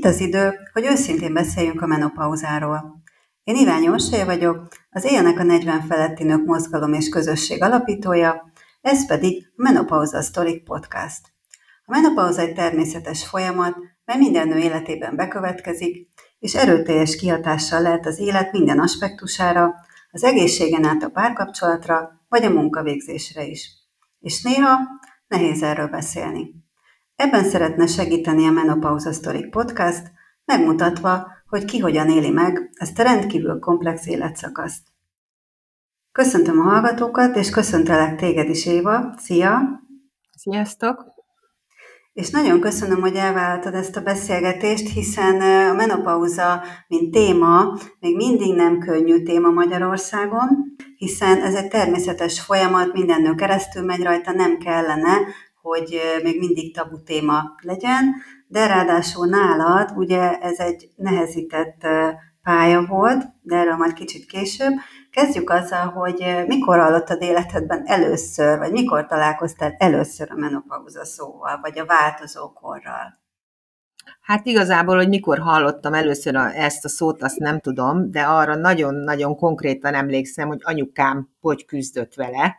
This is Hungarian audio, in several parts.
az idő, hogy őszintén beszéljünk a menopauzáról. Én Iványi Orsolya vagyok, az Éljenek a 40 feletti nők mozgalom és közösség alapítója, ez pedig a Menopauza Sztorik podcast. A menopauza egy természetes folyamat, mely minden nő életében bekövetkezik, és erőteljes kihatással lehet az élet minden aspektusára, az egészségen át a párkapcsolatra, vagy a munkavégzésre is. És néha nehéz erről beszélni. Ebben szeretne segíteni a Menopauza Sztorik podcast, megmutatva, hogy ki hogyan éli meg ezt a rendkívül komplex életszakaszt. Köszöntöm a hallgatókat, és köszöntelek téged is, Éva. Szia! Sziasztok! És nagyon köszönöm, hogy elvállaltad ezt a beszélgetést, hiszen a menopauza, mint téma, még mindig nem könnyű téma Magyarországon, hiszen ez egy természetes folyamat, minden nő keresztül megy rajta, nem kellene, hogy még mindig tabu téma legyen, de ráadásul nálad, ugye ez egy nehezített pálya volt, de erről majd kicsit később. Kezdjük azzal, hogy mikor hallottad életedben először, vagy mikor találkoztál először a menopauza szóval, vagy a változókorral? Hát igazából, hogy mikor hallottam először ezt a szót, azt nem tudom, de arra nagyon-nagyon konkrétan emlékszem, hogy anyukám hogy küzdött vele.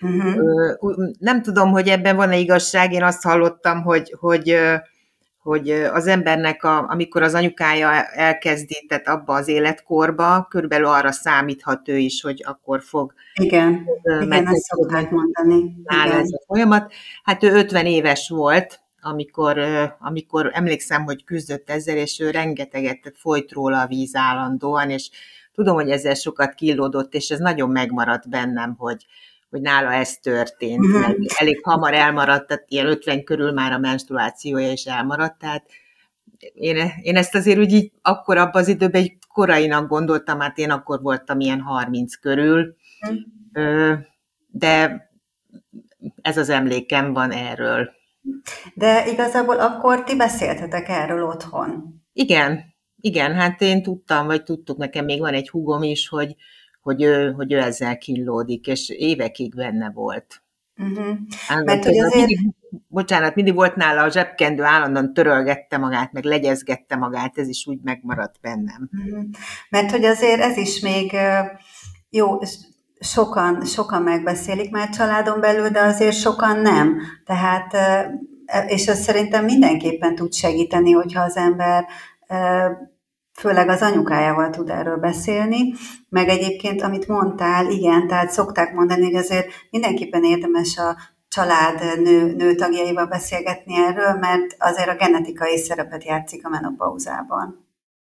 Nem tudom, hogy ebben van-e igazság, én azt hallottam, hogy az embernek, amikor az anyukája elkezdi, tehát abba az életkorba, körülbelül arra számíthat ő is, hogy akkor fog Igen, ezt szokták mondani. Nála ez a folyamat. Hát ő 50 éves volt, amikor emlékszem, hogy küzdött ezzel, és ő rengeteget, tehát folyt róla a víz állandóan, és tudom, hogy ezzel sokat killódott, és ez nagyon megmaradt bennem, hogy nála ez történt. Elég hamar elmaradt, tehát ilyen 50 körül már a menstruációja is elmaradt, tehát én ezt azért úgy így akkor abban az időben egy korainak gondoltam, hát én akkor voltam ilyen 30 körül, de ez az emlékem van erről. De igazából akkor ti beszéltetek erről otthon? Igen, hát én tudtuk, nekem még van egy húgom is, hogy ő ezzel killódik, és évekig benne volt. Mert hogy azért... mindig volt nála a zsebkendő, állandóan törölgette magát, meg legyezgette magát, ez is úgy megmaradt bennem. Mert hogy azért ez is még jó, sokan megbeszélik már családon belül, de azért sokan nem. Tehát, és ez szerintem mindenképpen tud segíteni, hogyha az ember főleg az anyukájával tud erről beszélni, meg egyébként, amit mondtál, igen, tehát szokták mondani, hogy azért mindenképpen érdemes a család nő tagjaival beszélgetni erről, mert azért a genetikai szerepet játszik a menopauzában.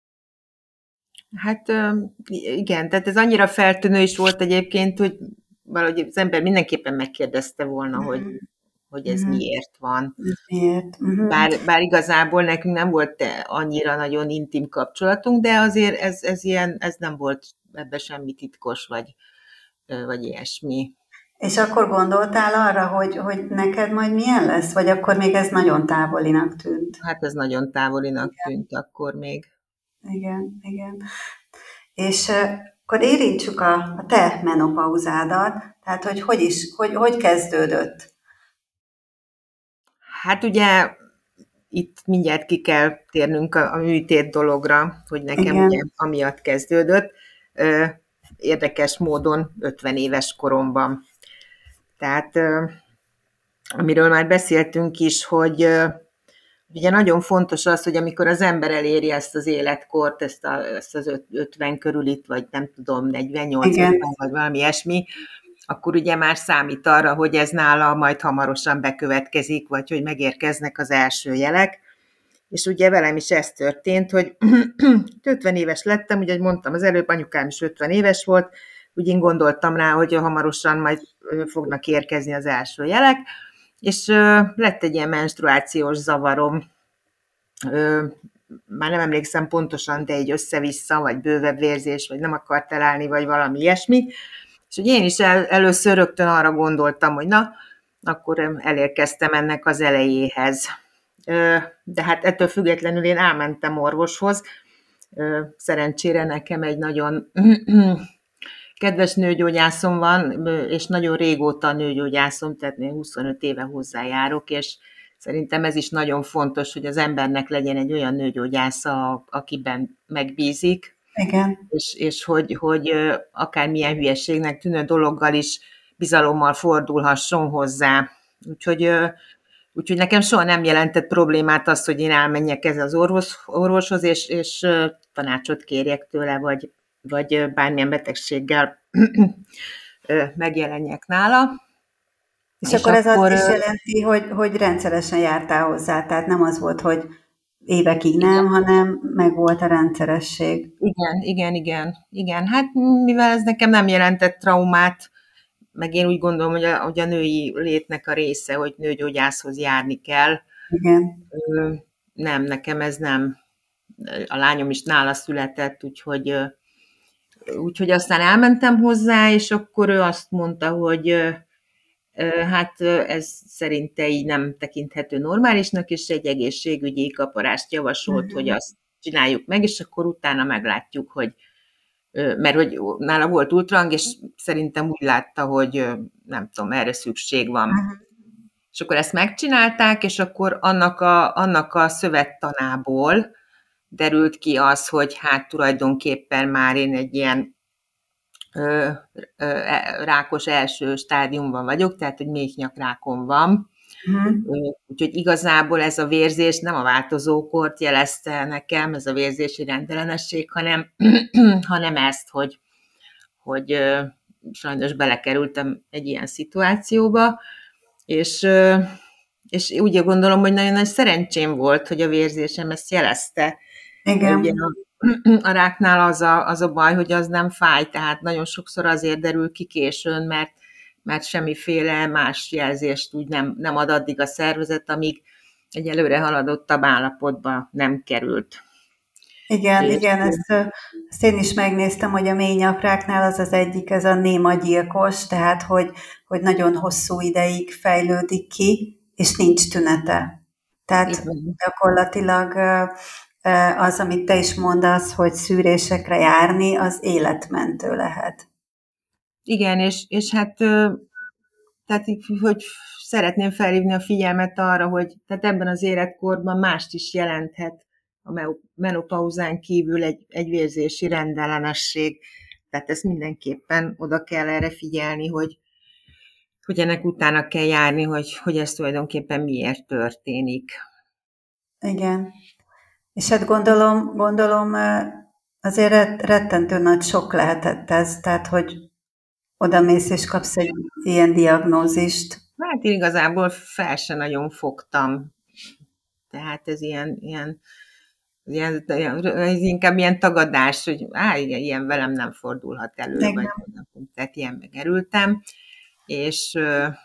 Hát igen, tehát ez annyira feltűnő is volt egyébként, hogy valahogy az ember mindenképpen megkérdezte volna, hogy ez miért van. Miért? Bár igazából nekünk nem volt annyira nagyon intim kapcsolatunk, de azért ez nem volt ebben semmi titkos, vagy ilyesmi. És akkor gondoltál arra, hogy neked majd milyen lesz? Vagy akkor még ez nagyon távolinak tűnt? Hát ez nagyon távolinak tűnt akkor még. Igen. És akkor érintsük a te menopauzádat, tehát hogy kezdődött? Hát ugye itt mindjárt ki kell térnünk a műtét dologra, hogy nekem ugye amiatt kezdődött. Érdekes módon 50 éves koromban. Tehát amiről már beszéltünk is, hogy ugye nagyon fontos az, hogy amikor az ember eléri ezt az életkort, ezt az 50 körülit, vagy nem tudom, 48-50, vagy valami ilyesmi, akkor ugye már számít arra, hogy ez nála majd hamarosan bekövetkezik, vagy hogy megérkeznek az első jelek. És ugye velem is ez történt, hogy 50 éves lettem, ugye, hogy mondtam az előbb, anyukám is 50 éves volt, úgy én gondoltam rá, hogy hamarosan majd fognak érkezni az első jelek, és lett egy ilyen menstruációs zavarom, már nem emlékszem pontosan, de egy össze-vissza, vagy bővebb vérzés, vagy nem akart elállni, vagy valami ilyesmi, és ugye én is először rögtön arra gondoltam, hogy na, akkor elérkeztem ennek az elejéhez. De hát ettől függetlenül én elmentem orvoshoz. Szerencsére nekem egy nagyon kedves nőgyógyászom van, és nagyon régóta nőgyógyászom, tehát 25 éve hozzájárok, és szerintem ez is nagyon fontos, hogy az embernek legyen egy olyan nőgyógyásza, akiben megbízik, Igen. és hogy akármilyen hülyeségnek tűnő dologgal is bizalommal fordulhasson hozzá. Úgyhogy nekem soha nem jelentett problémát az, hogy én elmenjek ez az orvoshoz, és tanácsot kérjek tőle, vagy bármilyen betegséggel megjelenjek nála. És akkor ez azt is jelenti, hogy rendszeresen jártál hozzá, tehát nem az volt, hogy évekig nem, hanem meg volt a rendszeresség. Igen. Hát mivel ez nekem nem jelentett traumát, meg én úgy gondolom, hogy a női létnek a része, hogy nőgyógyászhoz járni kell. Igen. Nem, nekem ez nem. A lányom is nála született, úgyhogy aztán elmentem hozzá, és akkor ő azt mondta, hogy hát ez szerinte így nem tekinthető normálisnak, és egy egészségügyi kaparást javasolt, hogy azt csináljuk meg, és akkor utána meglátjuk, mert hogy nála volt ultrahang, és szerintem úgy látta, hogy nem tudom, erre szükség van. És akkor ezt megcsinálták, és akkor annak a szövettanából derült ki az, hogy hát tulajdonképpen már én egy ilyen rákos első stádiumban vagyok, tehát hogy méhnyakrákom van. Úgyhogy igazából ez a vérzés nem a változókort jelezte nekem, ez a vérzési rendellenesség, hanem ezt, hogy sajnos belekerültem egy ilyen szituációba, és úgy gondolom, hogy nagyon nagy szerencsém volt, hogy a vérzésem ezt jelezte. Igen. Ugye a ráknál az a baj, hogy az nem fáj, tehát nagyon sokszor azért derül ki későn, mert semmiféle más jelzést úgy nem ad addig a szervezet, amíg egy előre haladottabb állapotba nem került. Igen, ezt én is megnéztem, hogy a méhnyakráknál az egyik, ez a néma gyilkos, tehát hogy nagyon hosszú ideig fejlődik ki, és nincs tünete. Tehát gyakorlatilag az, amit te is mondasz, hogy szűrésekre járni, az életmentő lehet. Igen, és hát tehát, hogy szeretném felhívni a figyelmet arra, hogy tehát ebben az életkorban mást is jelenthet a menopauzán kívül egy vérzési rendellenesség. Tehát ezt mindenképpen oda kell erre figyelni, hogy ennek utána kell járni, hogy ez tulajdonképpen miért történik. Igen. És hát gondolom azért rettentő nagy sok lehetett ez, tehát hogy odamész és kapsz egy ilyen diagnózist. Hát én igazából fel se nagyon fogtam. Tehát ez ez inkább ilyen tagadás, hogy igen, ilyen velem nem fordulhat elő, vagy nem, tehát ilyen megerültem. És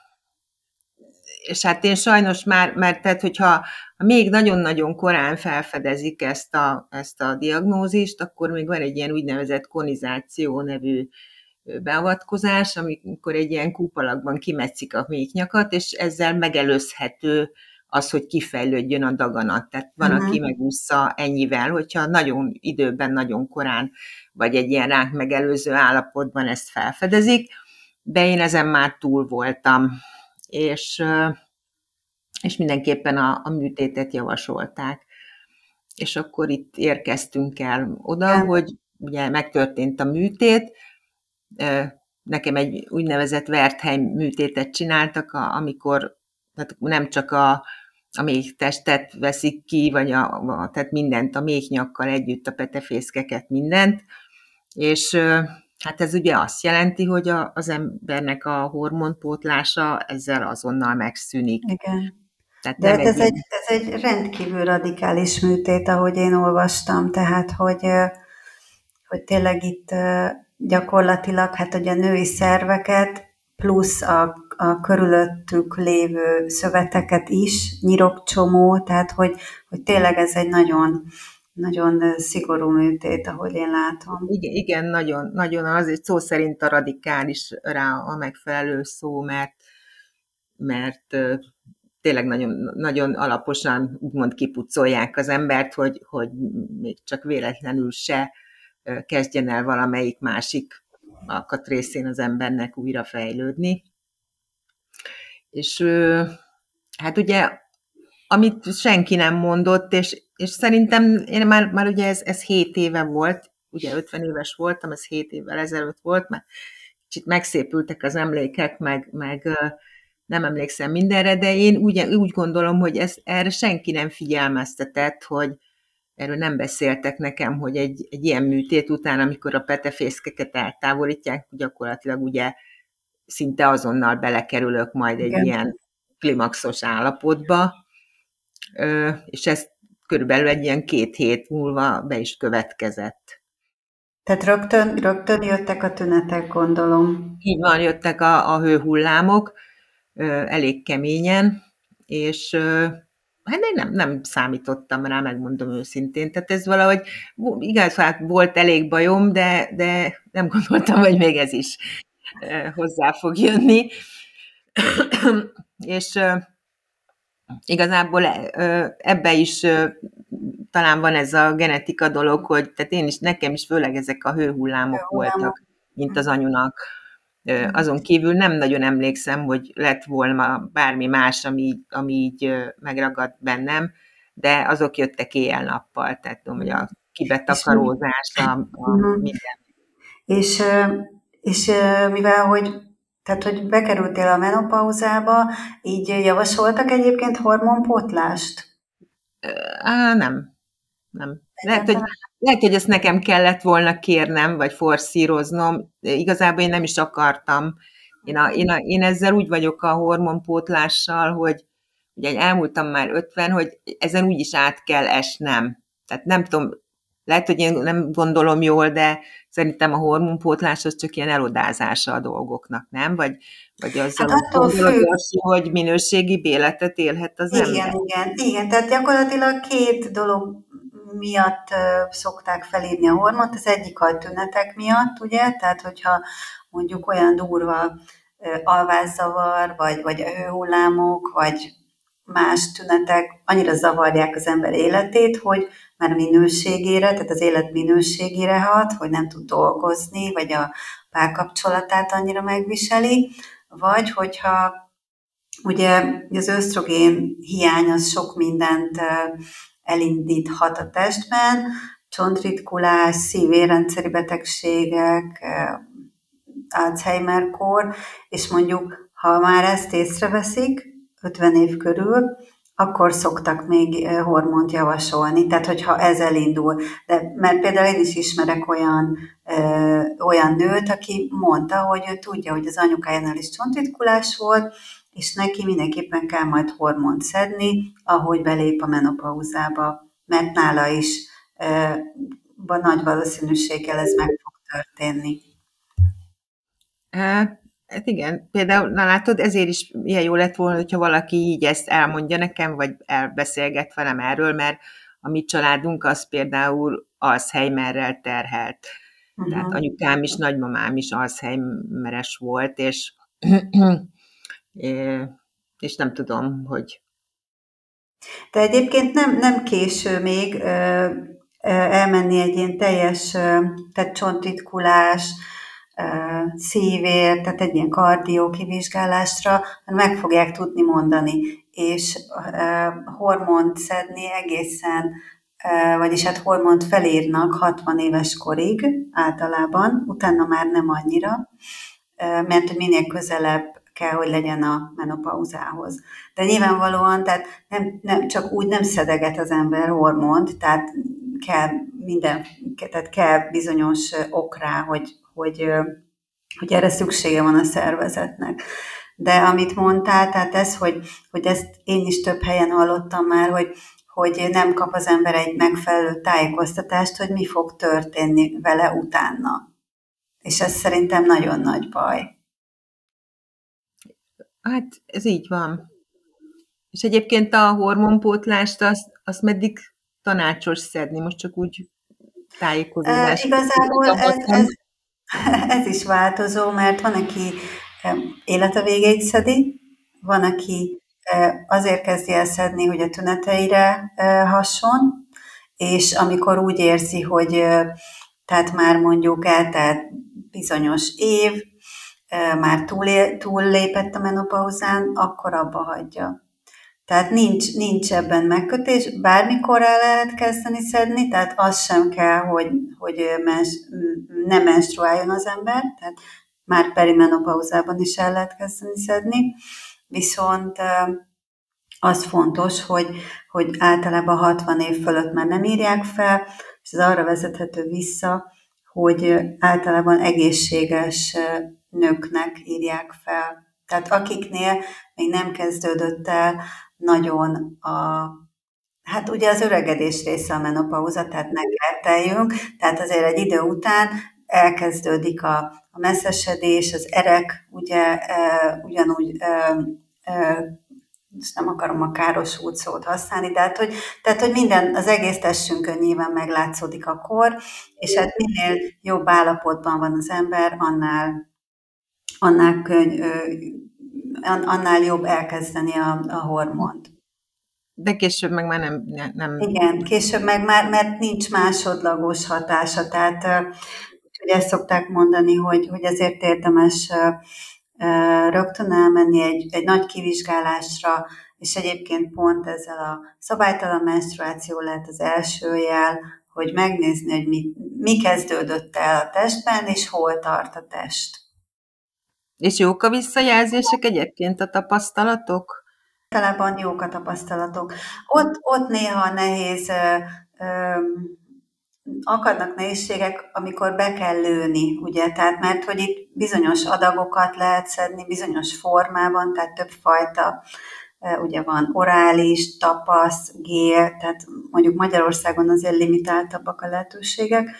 hát én sajnos már tehát hogyha még nagyon-nagyon korán felfedezik ezt a diagnózist, akkor még van egy ilyen úgynevezett konizáció nevű beavatkozás, amikor egy ilyen kúpalakban kimetszik a méhnyakat, és ezzel megelőzhető az, hogy kifejlődjön a daganat. Tehát van, aki megúszza ennyivel, hogyha nagyon időben, nagyon korán, vagy egy ilyen ránk megelőző állapotban ezt felfedezik, de én ezen már túl voltam, és mindenképpen a műtétet javasolták. És akkor itt érkeztünk el oda, hogy ugye megtörtént a műtét, nekem egy úgynevezett Wertheim műtétet csináltak, amikor tehát nem csak a méhtestet veszik ki, vagy tehát mindent a méhnyakkal együtt, a petefészkeket, mindent, és hát ez ugye azt jelenti, hogy az embernek a hormonpótlása ezzel azonnal megszűnik. Igen. Tehát de ez egy rendkívül radikális műtét, ahogy én olvastam, tehát hogy tényleg itt gyakorlatilag hát ugye a női szerveket plusz a körülöttük lévő szöveteket is, nyirokcsomó, tehát hogy tényleg ez egy nagyon, nagyon szigorú műtét, ahogy én látom. Igen, nagyon, nagyon azért szó szerint a radikális rá a megfelelő szó, mert tényleg nagyon, nagyon alaposan úgymond kipucolják az embert, hogy még csak véletlenül se kezdjen el valamelyik másik alkatrészén az embernek újra fejlődni. És hát ugye amit senki nem mondott, és szerintem én már ugye ez 7 éve volt, ugye 50 éves voltam, ez 7 évvel ezelőtt volt, mert kicsit megszépültek az emlékek, meg nem emlékszem mindenre, de én úgy gondolom, hogy erre senki nem figyelmeztetett, hogy erről nem beszéltek nekem, hogy egy ilyen műtét után, amikor a petefészkeket eltávolítják, gyakorlatilag ugye szinte azonnal belekerülök majd egy Igen. ilyen klimaxos állapotba, és ez körülbelül egy ilyen 2 hét múlva be is következett. Tehát rögtön jöttek a tünetek, gondolom. Így van, jöttek a hőhullámok, elég keményen, és hát én nem számítottam rá, megmondom őszintén. Tehát ez valahogy, igaz, hát volt elég bajom, de nem gondoltam, hogy még ez is hozzá fog jönni. És igazából ebbe is talán van ez a genetika dolog, hogy tehát nekem is főleg ezek a hőhullámok voltak, mint az anyunak. Azon kívül nem nagyon emlékszem, hogy lett volna bármi más, ami így megragadt bennem, de azok jöttek éjjel-nappal, tehát tudom, hogy a kibetakarózás, minden. És mivel, hogy bekerültél a menopauzába, így javasoltak egyébként hormonpótlást? Nem. Lehet, hogy ezt nekem kellett volna kérnem, vagy forszíroznom. Igazából én nem is akartam. Én ezzel úgy vagyok a hormonpótlással, hogy ugye elmúltam már 50, hogy ezen úgy is át kell esnem. Tehát nem tudom, lehet, hogy én nem gondolom jól, de szerintem a hormonpótlás az csak ilyen elodázása a dolgoknak, nem? Vagy azzal Hát attól függ. hogy minőségi életet élhet az ember. Igen, tehát gyakorlatilag 2 dolog miatt szokták felírni a hormont. Az egyik a tünetek miatt, ugye, tehát hogyha mondjuk olyan durva alvászavar, vagy a hőhullámok, vagy más tünetek annyira zavarják az ember életét, hogy már minőségére, tehát az élet minőségére hat, hogy nem tud dolgozni, vagy a párkapcsolatát annyira megviseli, vagy hogyha ugye az ösztrogén hiány az sok mindent elindíthat a testben, csontritkulás, szív-érrendszeri betegségek, Alzheimer-kór, és mondjuk, ha már ezt észreveszik, 50 év körül, akkor szoktak még hormont javasolni, tehát hogyha ez elindul. Mert például én is ismerek olyan nőt, aki mondta, hogy ő tudja, hogy az anyukájánál is csontritkulás volt, és neki mindenképpen kell majd hormont szedni, ahogy belép a menopauzába, mert nála is nagy valószínűséggel ez meg fog történni. Hát igen, például, na látod, ezért is ilyen jó lett volna, hogyha valaki így ezt elmondja nekem, vagy elbeszélget velem erről, mert a mi családunk az például Alzheimerrel terhelt. Tehát anyukám is, nagymamám is Alzheimeres volt, és nem tudom, hogy... De egyébként nem késő még elmenni egy ilyen teljes, tehát csontritkulás, szívér, tehát egy ilyen kardió kivizsgálásra, meg fogják tudni mondani, és hormont szedni egészen, vagyis hát hormont felírnak 60 éves korig általában, utána már nem annyira, mert hogy minél közelebb kell, hogy legyen a menopauzához. De nyilvánvalóan, tehát nem csak úgy nem szedeget az ember hormont, tehát kell bizonyos ok rá, hogy erre szüksége van a szervezetnek. De amit mondtál, tehát ez, hogy ezt én is több helyen hallottam már, hogy nem kap az ember egy megfelelő tájékoztatást, hogy mi fog történni vele utána. És ez szerintem nagyon nagy baj. Hát ez így van. És egyébként a hormonpótlást azt meddig tanácsos szedni? Most csak úgy tájékozódás. Igazából ez is változó, mert van, aki élete végéig szedi, van, aki azért kezdi el szedni, hogy a tüneteire hasson, és amikor úgy érzi, hogy tehát már mondjuk eltelt bizonyos év, már túllépett a menopauzán, akkor abba hagyja. Tehát nincs ebben megkötés, bármikor el lehet kezdeni szedni, tehát az sem kell, hogy nem menstruáljon az ember, tehát már perimenopauzában is el lehet kezdeni szedni, viszont az fontos, hogy általában 60 év fölött már nem írják fel, és ez arra vezethető vissza, hogy általában egészséges nőknek írják fel. Tehát akiknél még nem kezdődött el nagyon hát ugye az öregedés része a menopauza, tehát ne kerteljünk, tehát azért egy idő után elkezdődik a messzesedés, az erek ugye ugyanúgy és nem akarom a károsult szót használni, tehát, hogy minden, az egész testünkön nyilván meglátszódik a kor, és hát minél jobb állapotban van az ember, annál jobb elkezdeni a hormont. De később meg már nem... Igen, később meg már, mert nincs másodlagos hatása, tehát hogy ezt szokták mondani, hogy ezért érdemes rögtön elmenni egy nagy kivizsgálásra, és egyébként pont ezzel a szabálytalan menstruáció lehet az első jel, hogy megnézni, hogy mi kezdődött el a testben, és hol tart a test. És jók a visszajelzések egyébként, a tapasztalatok? Általában jók a tapasztalatok. Ott néha nehéz, akadnak nehézségek, amikor be kell lőni, ugye, tehát mert hogy itt bizonyos adagokat lehet szedni, bizonyos formában, tehát több fajta, ugye van orális, tapasz, gél, tehát mondjuk Magyarországon azért limitáltabbak a lehetőségek,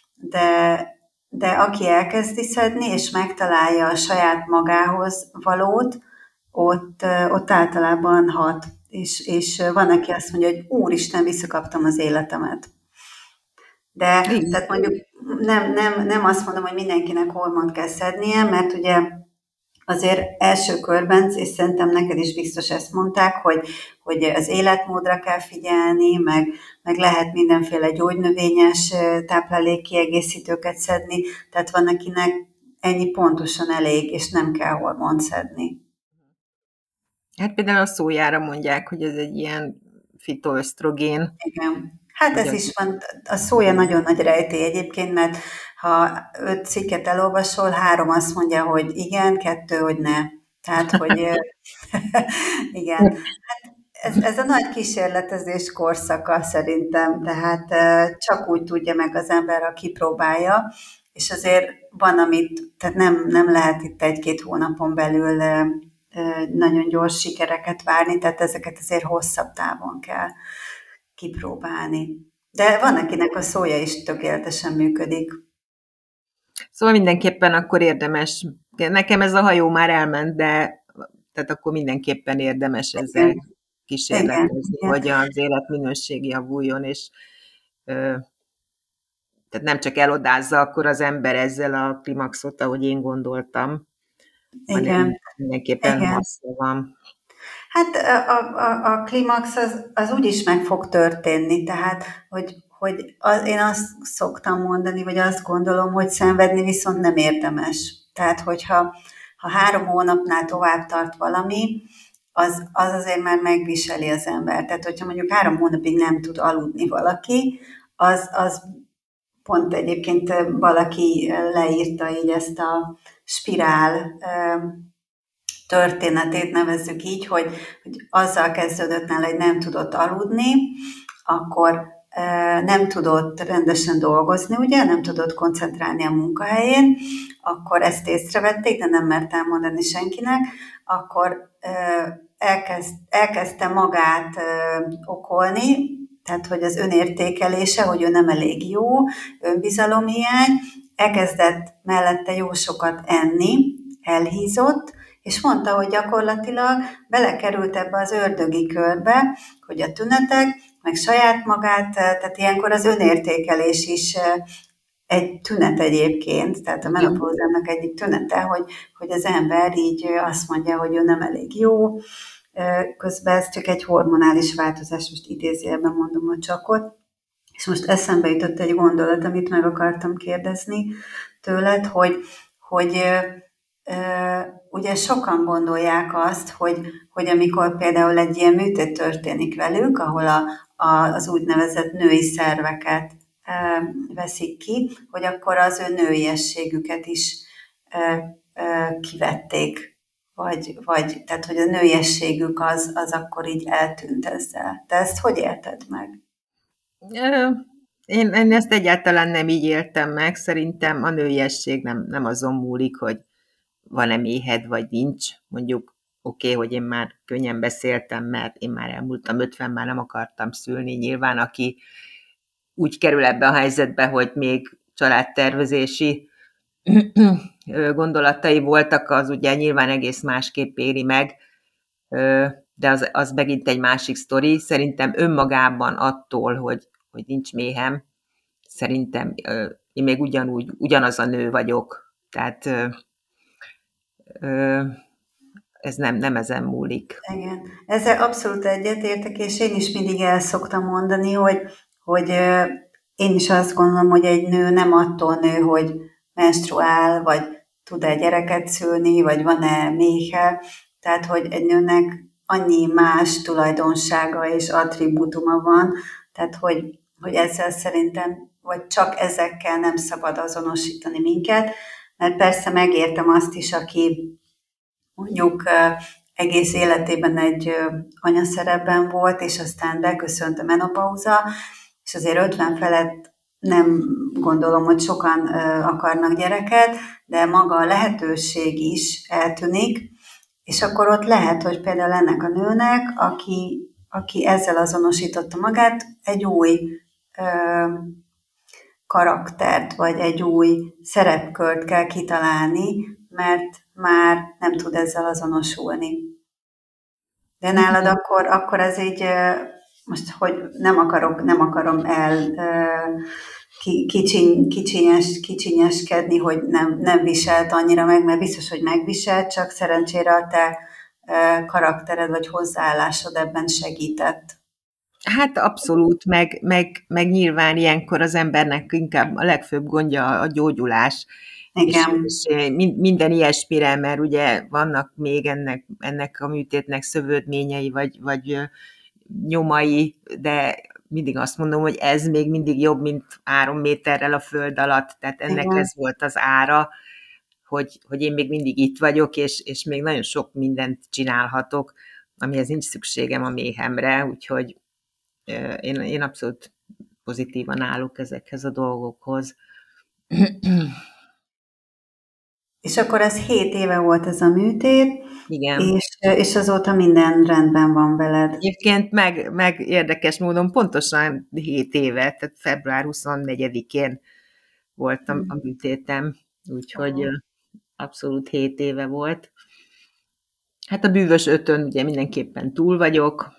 de aki elkezdi szedni, és megtalálja a saját magához valót, ott általában hat, és van, aki azt mondja, hogy úristen, visszakaptam az életemet. De tehát mondjuk nem azt mondom, hogy mindenkinek hormont kell szednie, mert ugye azért első körben, és szerintem neked is biztos ezt mondták, hogy az életmódra kell figyelni, meg lehet mindenféle gyógynövényes táplálékkiegészítőket szedni, tehát van, akinek ennyi pontosan elég, és nem kell hormont szedni. Hát például a szójára mondják, hogy ez egy ilyen fitoösztrogén. Igen. Hát ez is van, a szója nagyon nagy rejtély egyébként, mert ha 5 cikket elolvasol, 3 azt mondja, hogy igen, 2, hogy ne. Tehát, hogy igen. Hát ez a nagy kísérletezés korszaka szerintem, tehát csak úgy tudja meg az ember, ha kipróbálja, és azért van, tehát nem lehet itt 1-2 hónapon belül nagyon gyors sikereket várni, tehát ezeket azért hosszabb távon kell kipróbálni. De van, akinek a szója is tökéletesen működik. Szóval mindenképpen akkor érdemes, nekem ez a hajó már elment, de tehát akkor mindenképpen érdemes ezzel kísérletezni, hogy az életminőség javuljon, és tehát nem csak elodázza akkor az ember ezzel a klimaxot, ahogy én gondoltam, hanem mindenképpen haszna van. Hát a klimax az úgyis meg fog történni, tehát hogy én azt szoktam mondani, vagy azt gondolom, hogy szenvedni viszont nem érdemes. Tehát, hogyha 3 hónapnál tovább tart valami, az azért már megviseli az ember. Tehát, hogyha mondjuk 3 hónapig nem tud aludni valaki, az pont egyébként valaki leírta így ezt a spirál történetét, nevezzük így, hogy azzal kezdődött nála, hogy nem tudott aludni, akkor nem tudott rendesen dolgozni, ugye, nem tudott koncentrálni a munkahelyén, akkor ezt észrevették, de nem mert elmondani senkinek, akkor elkezdte magát okolni, tehát hogy az önértékelése, hogy ő nem elég jó, önbizalomhiány, elkezdett mellette jó sokat enni, elhízott, és mondta, hogy gyakorlatilag belekerült ebbe az ördögi körbe, hogy a tünetek, meg saját magát, tehát ilyenkor az önértékelés is egy tünet egyébként, tehát a menopauzának egyik tünete, hogy az ember így azt mondja, hogy ő nem elég jó, közben ez csak egy hormonális változás, most idézőjelben mondom a csakot, és most eszembe jutott egy gondolat, amit meg akartam kérdezni tőled, hogy ugye sokan gondolják azt, hogy amikor például egy ilyen műtét történik velük, ahol az úgynevezett női szerveket veszik ki, hogy akkor az ő nőiességüket is kivették, vagy tehát, hogy a nőiességük az akkor így eltűnt ezzel. Te ezt hogy élted meg? Én ezt egyáltalán nem így éltem meg, szerintem a nőiesség nem azon múlik, hogy van-e méhed, vagy nincs. Mondjuk oké, hogy én már könnyen beszéltem, mert én már elmúltam 50, már nem akartam szülni. Nyilván, aki úgy kerül ebbe a helyzetbe, hogy még családtervezési gondolatai voltak, az ugye nyilván egész másképp éri meg, de az megint egy másik sztori. Szerintem önmagában attól, hogy nincs méhem, szerintem én még ugyanaz a nő vagyok. Tehát ez nem ezen múlik. Igen, ezzel abszolút egyetértek, és én is mindig el szoktam mondani, hogy én is azt gondolom, hogy egy nő nem attól nő, hogy menstruál, vagy tud-e gyereket szülni, vagy van-e méhe, tehát hogy egy nőnek annyi más tulajdonsága és attribútuma van, tehát hogy ezzel szerintem, vagy csak ezekkel nem szabad azonosítani minket, mert persze megértem azt is, aki mondjuk egész életében egy anyaszerepben volt, és aztán beköszönt a menopauza, és azért 50 felett nem gondolom, hogy sokan akarnak gyereket, de maga a lehetőség is eltűnik, és akkor ott lehet, hogy például ennek a nőnek, aki ezzel azonosította magát, egy új karaktert, vagy egy új szerepkört kell kitalálni, mert már nem tud ezzel azonosulni. De nálad akkor ez így, most hogy nem akarom el kicsinyeskedni, hogy nem viselt annyira meg, mert biztos, hogy megviselt, csak szerencsére a te karaktered vagy hozzáállásod ebben segített. Hát abszolút, meg nyilván ilyenkor az embernek inkább a legfőbb gondja a gyógyulás. Igen. És minden ilyesmire, mert ugye vannak még ennek a műtétnek szövődményei, vagy nyomai, de mindig azt mondom, hogy ez még mindig jobb, mint 3 méterrel a föld alatt, tehát ennek Igen. ez volt az ára, hogy én még mindig itt vagyok, és még nagyon sok mindent csinálhatok, amihez nincs szükségem a méhemre, úgyhogy én abszolút pozitívan állok ezekhez a dolgokhoz. És akkor ez 7 éve volt ez a műtét, Igen. és azóta minden rendben van veled. Egyébként meg érdekes módon pontosan 7 éve, tehát február 24-én voltam a műtétem, úgyhogy abszolút 7 éve volt. Hát a bűvös 5-ön ugye mindenképpen túl vagyok,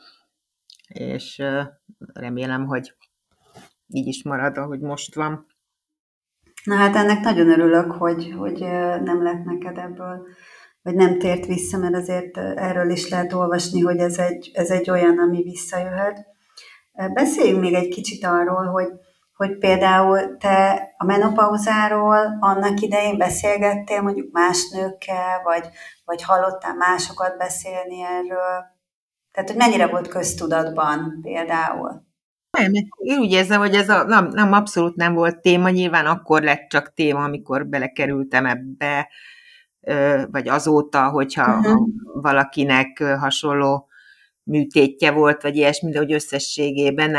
és remélem, hogy így is marad, ahogy most van. Na hát ennek nagyon örülök, hogy nem lett neked ebből, vagy nem tért vissza, mert azért erről is lehet olvasni, hogy ez egy olyan, ami visszajöhet. Beszéljünk még egy kicsit arról, hogy például te a menopauzáról annak idején beszélgettél mondjuk más nőkkel, vagy hallottál másokat beszélni erről? Tehát, hogy mennyire volt köztudatban például? Nem, én úgy érzem, hogy ez nem, abszolút nem volt téma, nyilván akkor lett csak téma, amikor belekerültem ebbe, vagy azóta, hogyha valakinek hasonló műtétje volt, vagy ilyesmi, de hogy összességében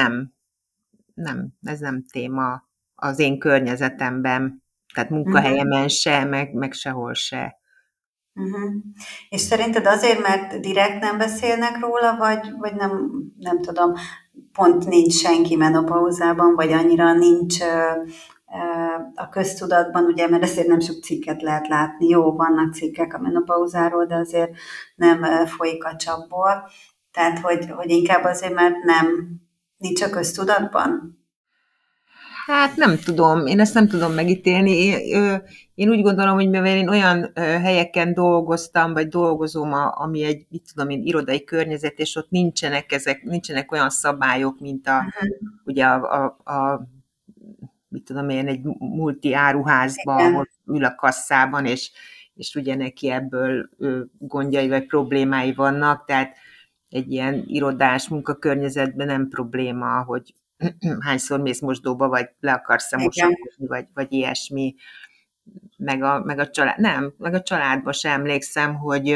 ez nem téma az én környezetemben, tehát munkahelyemen se, meg sehol se. És szerinted azért, mert direkt nem beszélnek róla, vagy nem tudom, pont nincs senki menopauzában, vagy annyira nincs a köztudatban, ugye, mert ezért nem sok cikket lehet látni. Jó, vannak cikkek a menopauzáról, de azért nem folyik a csapból. Tehát, hogy inkább azért, mert nincs a köztudatban? Hát nem tudom, én ezt nem tudom megítélni. Én úgy gondolom, hogy mivel én olyan helyeken dolgoztam, vagy dolgozom, ami egy, irodai környezet, és ott nincsenek olyan szabályok, mint ugye egy multi áruházban, ahol ül a kasszában, és és ugye neki ebből gondjai vagy problémái vannak, tehát egy ilyen irodás munkakörnyezetben nem probléma, hogy hányszor mész mosdóba, vagy le akarsz-e mosakodni, vagy ilyesmi. Meg a család, nem, meg a családba sem emlékszem, hogy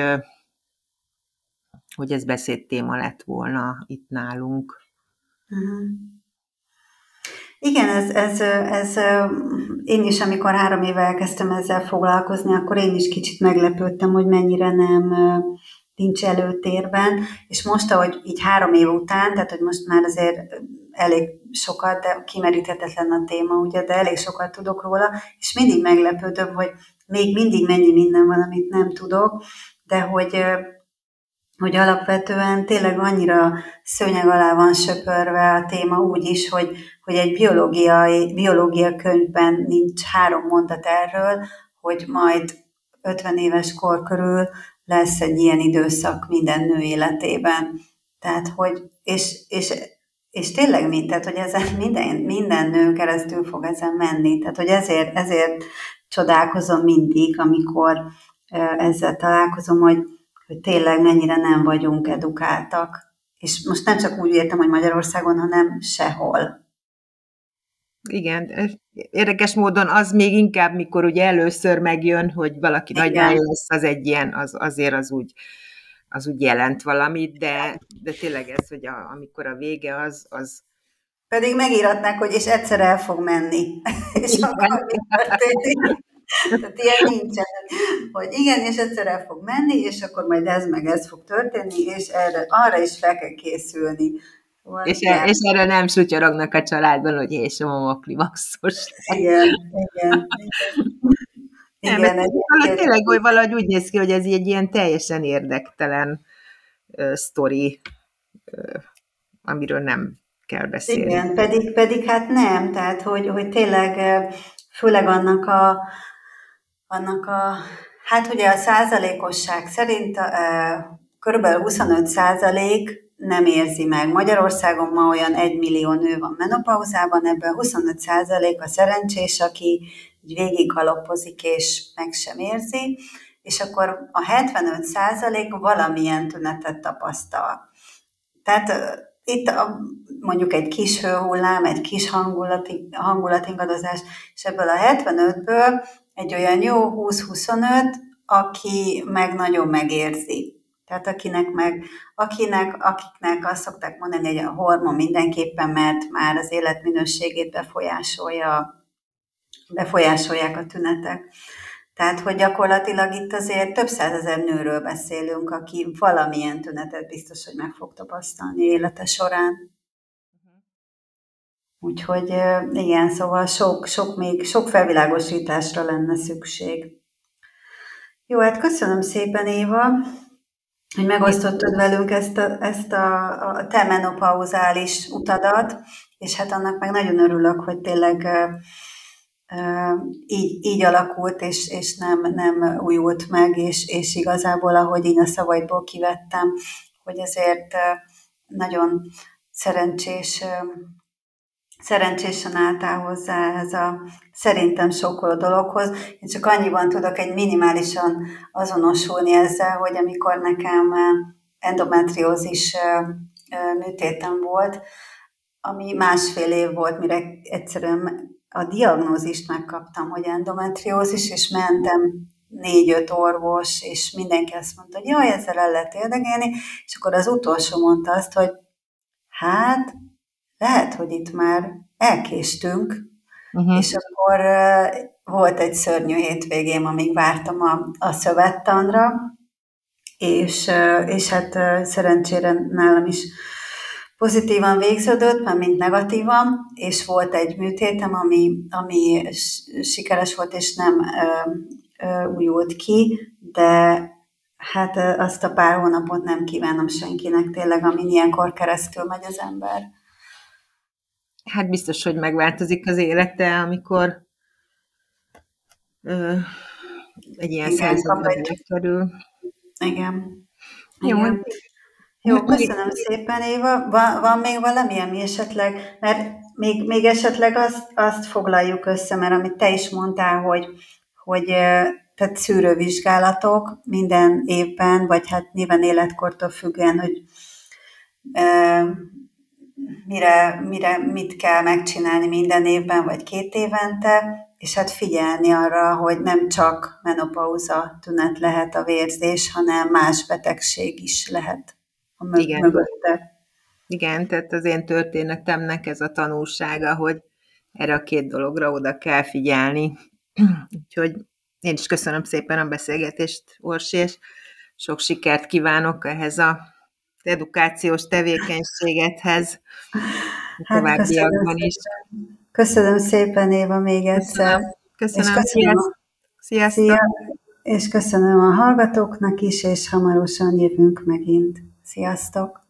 ez beszédtéma lett volna itt nálunk. Uh-huh. Igen, ez én is, amikor 3 éve elkezdtem ezzel foglalkozni, akkor én is kicsit meglepődtem, hogy mennyire nincs előtérben, és most, ahogy így 3 év után, tehát hogy most már azért elég sokat, de kimeríthetetlen a téma, ugye, de elég sokat tudok róla, és mindig meglepődöm, hogy még mindig mennyi minden van, amit nem tudok, de hogy alapvetően tényleg annyira szőnyeg alá van söpörve a téma úgy is, hogy egy biológia könyvben nincs 3 mondat erről, hogy majd 50 éves kor körül lesz egy ilyen időszak minden nő életében. Tehát, hogy, és tényleg tehát, hogy ezen minden nő keresztül fog ezen menni. Tehát, hogy ezért csodálkozom mindig, amikor ezzel találkozom, hogy tényleg mennyire nem vagyunk edukáltak. És most nem csak úgy értem, hogy Magyarországon, hanem sehol. Igen, érdekes módon az még inkább, mikor ugye először megjön, hogy valaki nagymája lesz, az egy ilyen, azért az úgy jelent valamit, de tényleg ez, hogy amikor a vége az... Pedig megíratnák, hogy és egyszer el fog menni. És akkor mi történik? Tehát ilyen nincsen. Hogy igen, és egyszer el fog menni, és akkor majd ez fog történni, és arra is fel kell készülni. És erre nem sutyorognak a családban, hogy és a mamaklimaxos. Igen. Nem, tényleg valahogy úgy néz ki, hogy ez egy ilyen teljesen érdektelen sztori, amiről nem kell beszélni. Igen, pedig hát nem, tehát hogy tényleg főleg annak a hát ugye a százalékosság szerint körülbelül 25% nem érzi meg. Magyarországon ma olyan 1 millió nő van menopauzában, ebből 25% a szerencsés, aki végig galoppozik és meg sem érzi, és akkor a 75% valamilyen tünetet tapasztal. Tehát itt mondjuk egy kis hőhullám, egy kis hangulatingadozás, és ebből a 75-ből egy olyan jó 20-25, aki meg nagyon megérzi. Tehát akiknek azt szokták mondani, hogy a hormon mindenképpen, mert már az életminőségét befolyásolják a tünetek. Tehát, hogy gyakorlatilag itt azért több százezer nőről beszélünk, aki valamilyen tünetet biztos, hogy meg fog tapasztalni élete során. Úgyhogy igen, szóval sok felvilágosításra lenne szükség. Jó, hát köszönöm szépen, Éva, hogy megosztottad velünk ezt a te menopauzális utadat, és hát annak meg nagyon örülök, hogy tényleg így alakult, és nem újult meg, és igazából, ahogy én a szavaidból kivettem, hogy ezért nagyon szerencsésen álltál hozzá ehhez a szerintem sokkoló dologhoz. Én csak annyiban tudok egy minimálisan azonosulni ezzel, hogy amikor nekem endometriózis műtétem volt, ami 1,5 év volt, mire egyszerűen a diagnózist megkaptam, hogy endometriózis, és mentem 4-5 orvos, és mindenki azt mondta, hogy jaj, ezzel el lehet érdegélni, és akkor az utolsó mondta azt, hogy hát lehet, hogy itt már elkéstünk, és akkor volt egy szörnyű hétvégém, amíg vártam a szövettanra, és hát szerencsére nálam is pozitívan végződött, már mint negatívan, és volt egy műtétem, ami sikeres volt, és nem újult ki, de hát azt a pár hónapot nem kívánom senkinek tényleg, amin ilyenkor keresztül megy az ember. Hát biztos, hogy megváltozik az élete, amikor egy ilyen helyzetbe kerül. Igen. Jó, köszönöm szépen, Éva. Van még valami, ami esetleg, mert még esetleg azt foglaljuk össze, mert amit te is mondtál, hogy tehát szűrővizsgálatok minden évben, vagy hát nyilván életkortól függően, hogy mit kell megcsinálni minden évben, vagy 2 évente, és hát figyelni arra, hogy nem csak menopauza tünet lehet a vérzés, hanem más betegség is lehet a mögötte. Igen, tehát az én történetemnek ez a tanulsága, hogy erre a 2 dologra oda kell figyelni. Úgyhogy én is köszönöm szépen a beszélgetést, Orsi, és sok sikert kívánok ehhez az edukációs tevékenységethez a továbbiakban is. Köszönöm szépen, Éva, még egyszer. Köszönöm. Sziasztok! És köszönöm a hallgatóknak is, és hamarosan jövünk megint. Sziasztok!